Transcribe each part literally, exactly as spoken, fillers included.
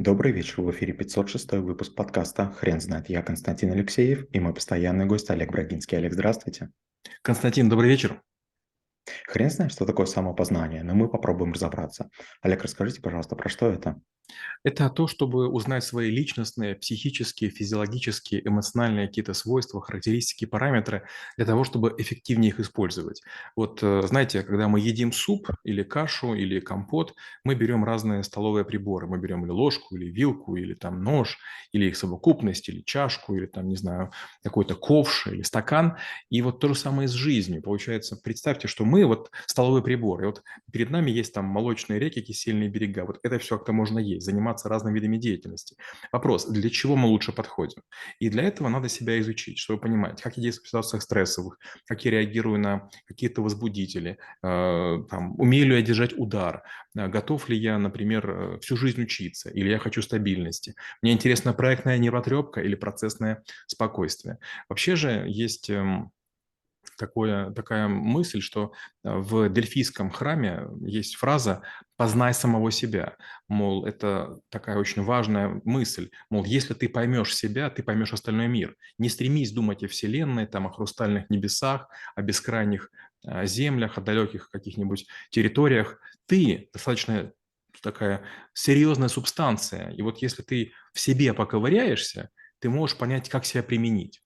Добрый вечер, в эфире пятьсот шестой выпуск подкаста «Хрен знает». Я Константин Алексеев и мой постоянный гость Олег Брагинский. Олег, здравствуйте. Константин, добрый вечер. Хрен знает, что такое самопознание, но мы попробуем разобраться. Олег, расскажите, пожалуйста, про что это? Это то, чтобы узнать свои личностные, психические, физиологические, эмоциональные какие-то свойства, характеристики, параметры для того, чтобы эффективнее их использовать. Вот э, знаете, когда мы едим суп или кашу или компот, мы берем разные столовые приборы. Мы берем или ложку, или вилку, или там нож, или их совокупность, или чашку, или там, не знаю, какой-то ковш или стакан. И вот то же самое с жизнью. Получается, представьте, что мы вот столовые приборы. И вот перед нами есть там молочные реки, кисельные берега. Вот это все как-то можно есть, заниматься разными видами деятельности. Вопрос, для чего мы лучше подходим? И для этого надо себя изучить, чтобы понимать, как я действую в ситуациях стрессовых, как я реагирую на какие-то возбудители, э, там, умею ли я держать удар, э, готов ли я, например, э, всю жизнь учиться, или я хочу стабильности. Мне интересна проектная нервотрепка или процессное спокойствие. Вообще же есть эм, такое, такая мысль, что э, в Дельфийском храме есть фраза «познай самого себя». Мол, это такая очень важная мысль. Мол, если ты поймешь себя, ты поймешь остальной мир. Не стремись думать о Вселенной, там, о хрустальных небесах, о бескрайних э, землях, о далеких каких-нибудь территориях. Ты достаточно такая серьезная субстанция. И вот если ты в себе поковыряешься, ты можешь понять, как себя применить.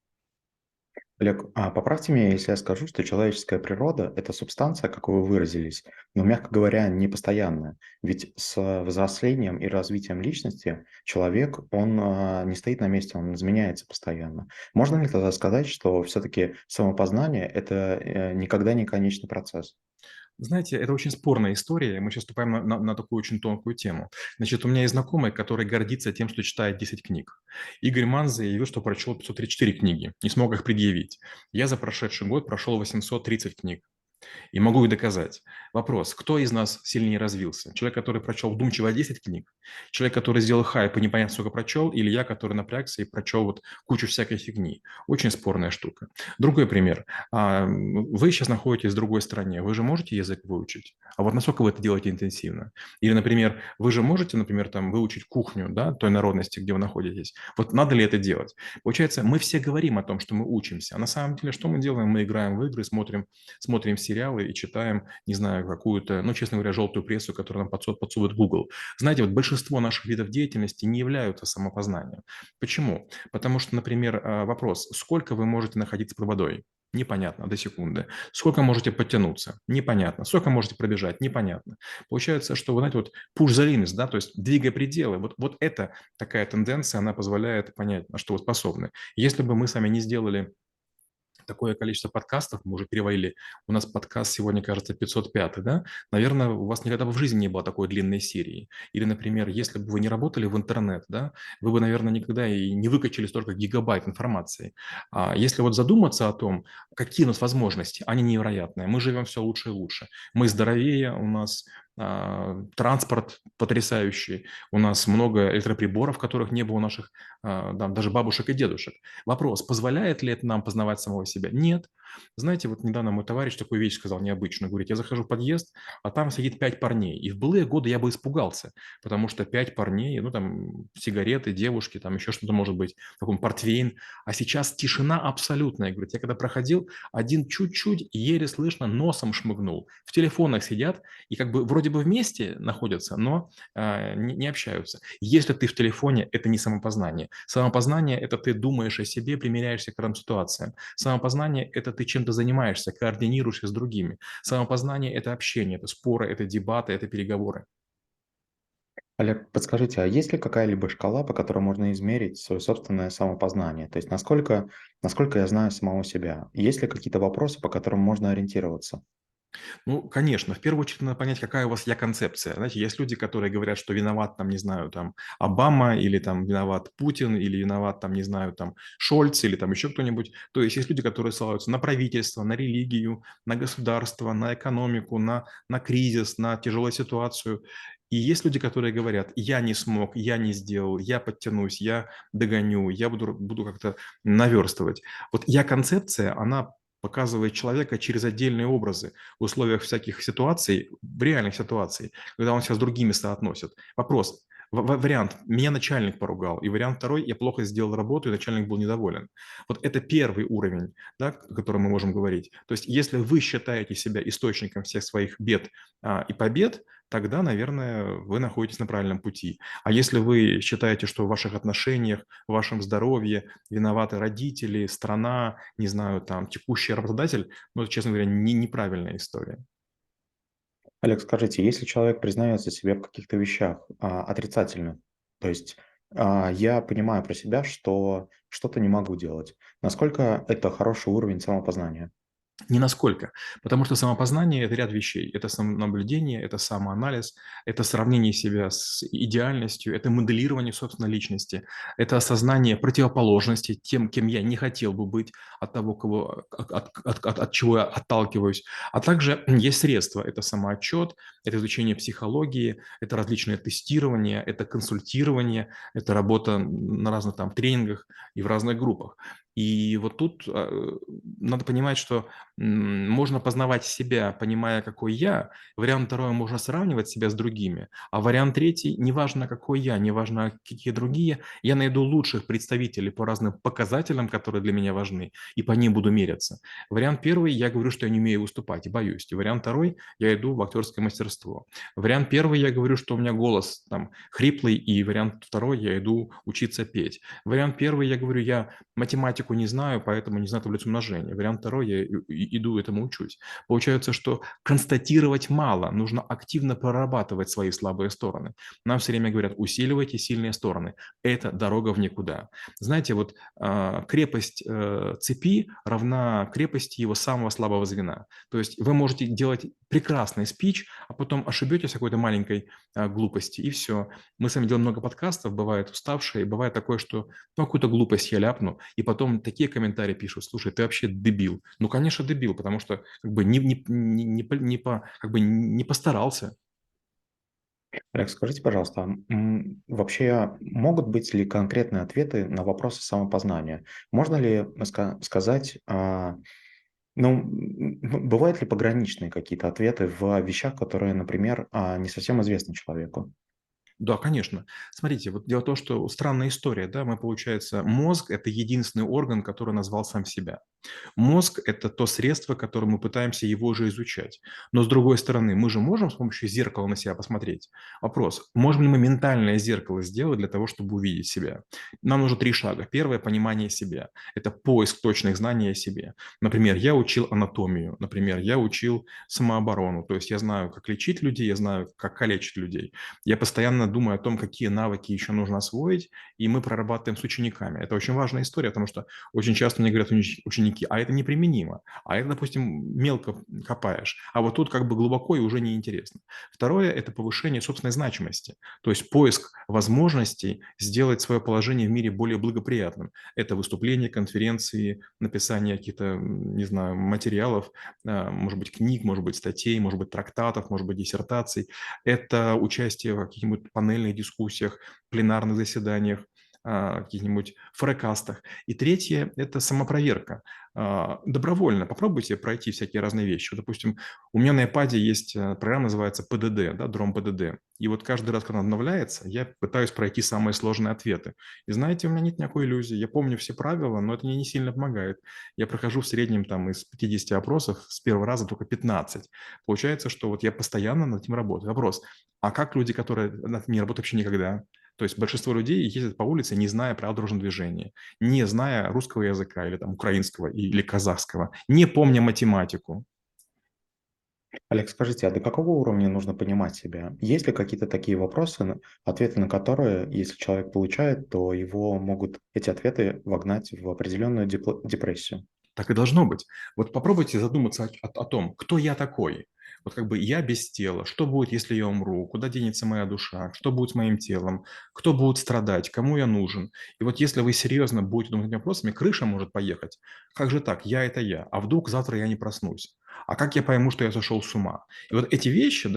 Олег, а поправьте меня, если я скажу, что человеческая природа – это субстанция, как вы выразились, но, мягко говоря, не постоянная. Ведь с взрослением и развитием личности человек, он а, не стоит на месте, он изменяется постоянно. Можно ли тогда сказать, что все-таки самопознание – это э, никогда не конечный процесс? Знаете, это очень спорная история. Мы сейчас вступаем на, на- на такую очень тонкую тему. Значит, у меня есть знакомый, который гордится тем, что читает десять книг. Игорь Ман заявил, что прочел пятьсот тридцать четыре книги, не смог их предъявить. Я за прошедший год прошел восемьсот тридцать книг. И могу и доказать. Вопрос, кто из нас сильнее развился? Человек, который прочел вдумчиво десять книг? Человек, который сделал хайп и непонятно сколько прочел? Или я, который напрягся и прочел вот кучу всякой фигни? Очень спорная штука. Другой пример. А, Вы сейчас находитесь в другой стране. Вы же можете язык выучить? А вот насколько вы это делаете интенсивно? Или, например, вы же можете, например, там выучить кухню, да, той народности, где вы находитесь? Вот надо ли это делать? Получается, мы все говорим о том, что мы учимся. А на самом деле, что мы делаем? Мы играем в игры, смотрим смотрим сериалы и читаем, не знаю, какую-то, ну, честно говоря, желтую прессу, которую нам подсу- подсовывает Google. Знаете, вот большинство наших видов деятельности не являются самопознанием. Почему? Потому что, например, э, вопрос, сколько вы можете находиться под водой? Непонятно, до секунды. Сколько можете подтянуться? Непонятно. Сколько можете пробежать? Непонятно. Получается, что, вы знаете, вот push the limits, да, то есть двигай пределы. Вот, вот эта такая тенденция, она позволяет понять, на что вы способны. Если бы мы сами не сделали такое количество подкастов, мы уже перевалили, у нас подкаст сегодня, кажется, пятьсот пятый, да? Наверное, у вас никогда бы в жизни не было такой длинной серии. Или, например, если бы вы не работали в интернет, да, вы бы, наверное, никогда и не выкачали столько гигабайт информации. А если вот задуматься о том, какие у нас возможности, они невероятные. Мы живем все лучше и лучше. Мы здоровее, у нас а, транспорт потрясающий, у нас много электроприборов, которых не было у наших а, да, даже бабушек и дедушек. Вопрос, позволяет ли это нам познавать самого себя? Нет. Знаете, вот недавно мой товарищ такую вещь сказал необычную. Говорит, я захожу в подъезд, а там сидит пять парней. И в былые годы я бы испугался, потому что пять парней, ну там сигареты, девушки, там еще что-то может быть, такой портвейн. А сейчас тишина абсолютная. Говорит, я когда проходил, один чуть-чуть, еле слышно, носом шмыгнул. В телефонах сидят и как бы вроде бы вместе находятся, но а, не, не общаются. Если ты в телефоне, это не самопознание. Самопознание – это ты думаешь о себе, примеряешься к разным ситуациям. Самопознание – это ты чем-то занимаешься, координируешься с другими. Самопознание – это общение, это споры, это дебаты, это переговоры. Олег, подскажите, а есть ли какая-либо шкала, по которой можно измерить свое собственное самопознание? То есть насколько, насколько я знаю самого себя? Есть ли какие-то вопросы, по которым можно ориентироваться? Ну, конечно, в первую очередь надо понять, какая у вас я-концепция. Знаете, есть люди, которые говорят, что виноват, там, не знаю, там, Обама, или там виноват Путин, или виноват, там, не знаю, там, Шольц, или там еще кто-нибудь. То есть есть люди, которые ссылаются на правительство, на религию, на государство, на экономику, на, на кризис, на тяжелую ситуацию. И есть люди, которые говорят, я не смог, я не сделал, я подтянусь, я догоню, я буду, буду как-то наверстывать. Вот я-концепция, она показывает человека через отдельные образы в условиях всяких ситуаций, в реальных ситуаций, когда он себя с другими соотносит. Вопрос, В- вариант, меня начальник поругал, и вариант второй, я плохо сделал работу, и начальник был недоволен. Вот это первый уровень, да, о котором мы можем говорить. То есть если вы считаете себя источником всех своих бед а, и побед, тогда, наверное, вы находитесь на правильном пути. А если вы считаете, что в ваших отношениях, в вашем здоровье виноваты родители, страна, не знаю, там, текущий работодатель, ну, это, честно говоря, не, неправильная история. Олег, скажите, если человек признается себе в каких-то вещах а, отрицательно, то есть а, я понимаю про себя, что что-то не могу делать, насколько это хороший уровень самопознания? Ни насколько. Потому что самопознание– это ряд вещей. Это самонаблюдение, это самоанализ, это сравнение себя с идеальностью, это моделирование собственной личности, это осознание противоположности тем, кем я не хотел бы быть, от того, кого, от, от- от- от- от чего я отталкиваюсь. А также есть средства. Это самоотчет, это изучение психологии, это различные тестирования, это консультирование, это работа на разных там тренингах и в разных группах. И вот тут э, надо понимать, что м, можно познавать себя, понимая, какой я. Вариант второй, можно сравнивать себя с другими. А вариант третий, неважно, какой я, неважно, какие другие, я найду лучших представителей по разным показателям, которые для меня важны, и по ним буду меряться. Вариант первый, я говорю, что я не умею выступать и боюсь. И вариант второй, я иду в актерское мастерство. Вариант первый, я говорю, что у меня голос там хриплый, и вариант второй, я иду учиться петь. Вариант первый, я говорю, я математику не знаю, поэтому не знаю таблицу умножения. Вариант второй, я иду этому учусь. Получается, что констатировать мало, нужно активно прорабатывать свои слабые стороны. Нам все время говорят, усиливайте сильные стороны. Это дорога в никуда. Знаете, вот э, крепость э, цепи равна крепости его самого слабого звена. То есть вы можете делать прекрасный спич, а потом ошибетесь в какой-то маленькой э, глупости, и все. Мы с вами делаем много подкастов, бывает уставшие, бывает такое, что ну, какую-то глупость я ляпну, и потом такие комментарии пишут, слушай, ты вообще дебил. Ну, конечно, дебил, потому что как бы не, не, не, не, по- не по, как бы не постарался. Олег, скажите, пожалуйста, м, вообще могут быть ли конкретные ответы на вопросы самопознания? Можно ли ска- сказать, а, ну, м, м, бывают ли пограничные какие-то ответы в вещах, которые, например, а, не совсем известны человеку? Да, конечно. Смотрите, вот дело в том, что странная история, да, мы, получается, мозг– это единственный орган, который назвал сам себя. Мозг– это то средство, которым мы пытаемся его же изучать. Но с другой стороны, мы же можем с помощью зеркала на себя посмотреть. Вопрос, можем ли мы ментальное зеркало сделать для того, чтобы увидеть себя? Нам нужно три шага. Первое– понимание себя. Это поиск точных знаний о себе. Например, я учил анатомию, например, я учил самооборону. То есть я знаю, как лечить людей, я знаю, как калечить людей. Я постоянно думаю о том, какие навыки еще нужно освоить, и мы прорабатываем с учениками. Это очень важная история, потому что очень часто мне говорят уч- ученики, а это неприменимо, а это, допустим, мелко копаешь, а вот тут как бы глубоко и уже неинтересно. Второе– это повышение собственной значимости, то есть поиск возможностей сделать свое положение в мире более благоприятным. Это выступления, конференции, написание каких-то, м, не знаю, материалов, а, может быть, книг, может быть, статей, может быть, трактатов, может быть, диссертаций. Это участие в каких-нибудь панельных дискуссиях, пленарных заседаниях, а, каких-нибудь форекастах. И третье– это самопроверка. А, Добровольно попробуйте пройти всякие разные вещи. Вот, допустим, у меня на iPad есть э, программа, называется пэ дэ дэ, да, Дром пэ дэ дэ. И вот каждый раз, когда она обновляется, я пытаюсь пройти самые сложные ответы. И знаете, у меня нет никакой иллюзии. Я помню все правила, но это мне не сильно помогает. Я прохожу в среднем там из пятидесяти опросов с первого раза только пятнадцать. Получается, что вот я постоянно над этим работаю. Вопрос, а как люди, которые над этим не работают вообще никогда? То есть большинство людей ездят по улице, не зная правил дорожного движения, не зная русского языка или там украинского или казахского, не помня математику. Олег, скажите, а до какого уровня нужно понимать себя? Есть ли какие-то такие вопросы, на- ответы на которые, если человек получает, то его могут эти ответы вогнать в определенную депл- депрессию? Так и должно быть. Вот попробуйте задуматься о, о- о том, кто я такой. Вот как бы я без тела. Что будет, если я умру? Куда денется моя душа? Что будет с моим телом? Кто будет страдать? Кому я нужен? И вот если вы серьезно будете думать этими вопросами, крыша может поехать. Как же так? Я– это я. А вдруг завтра я не проснусь? А как я пойму, что я сошел с ума? И вот эти вещи, да,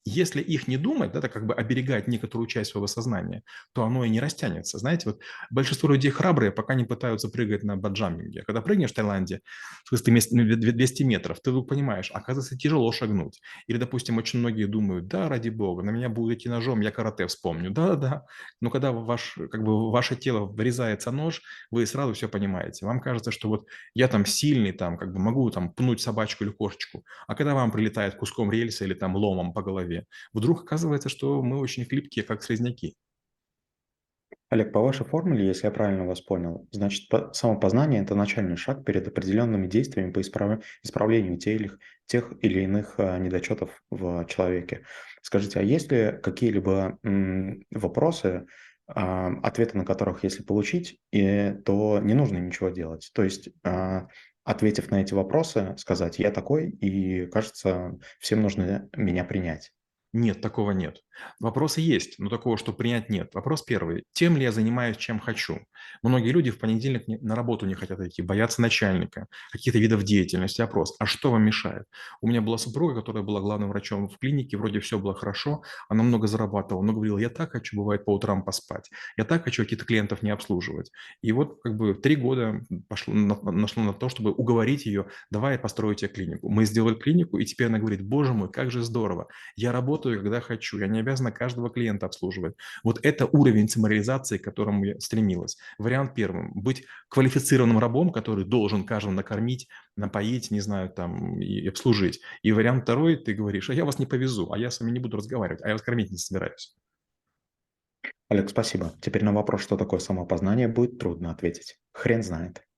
Если их не думать, да, так как бы оберегать некоторую часть своего сознания, то оно и не растянется. Знаете, вот большинство людей храбрые, пока не пытаются прыгать на баджампинге. Когда прыгнешь в Таиланде, в смысле, мес- ну, две- двести метров, ты вдруг понимаешь, оказывается, тяжело шагнуть. Или, допустим, очень многие думают, да, ради бога, на меня будут идти ножом, я карате вспомню. Да-да-да. Но когда ваш, как бы, в ваше тело врезается нож, вы сразу все понимаете. Вам кажется, что вот я там сильный, там, как бы могу там пнуть собачку или кошечку. А когда вам прилетает куском рельса или там ломом по голове, вдруг оказывается, что мы очень хлипкие, как слизняки. Олег, по вашей формуле, если я правильно вас понял, значит, по- самопознание – это начальный шаг перед определенными действиями по исправ- исправлению тех, или- тех или иных а, недочетов в человеке. Скажите, а есть ли какие-либо м, вопросы, а, ответы на которых, если получить, и, то не нужно ничего делать? То есть, а, ответив на эти вопросы, сказать «я такой», и, кажется, всем нужно меня принять. Нет, такого нет. Вопросы есть, но такого, что принять, нет. Вопрос первый. Тем ли я занимаюсь, чем хочу? Многие люди в понедельник не- на работу не хотят идти, боятся начальника, каких-то видов деятельности. Опрос. А что вам мешает? У меня была супруга, которая была главным врачом в клинике, вроде все было хорошо, она много зарабатывала, но говорила, я так хочу, бывает, по утрам поспать, я так хочу каких-то клиентов не обслуживать. И вот как бы три года пошло, на- нашло на то, чтобы уговорить ее, давай я построю тебе клинику. Мы сделали клинику, и теперь она говорит, боже мой, как же здорово. Я работаю, когда хочу, я не обязана каждого клиента обслуживать. Вот это уровень самореализации, к которому я стремилась. Вариант первым – быть квалифицированным рабом, который должен каждого накормить, напоить, не знаю, там, и обслужить. И вариант второй – ты говоришь, а я вас не повезу, а я с вами не буду разговаривать, а я вас кормить не собираюсь. Олег, спасибо. Теперь на вопрос, что такое самопознание, будет трудно ответить. Хрен знает.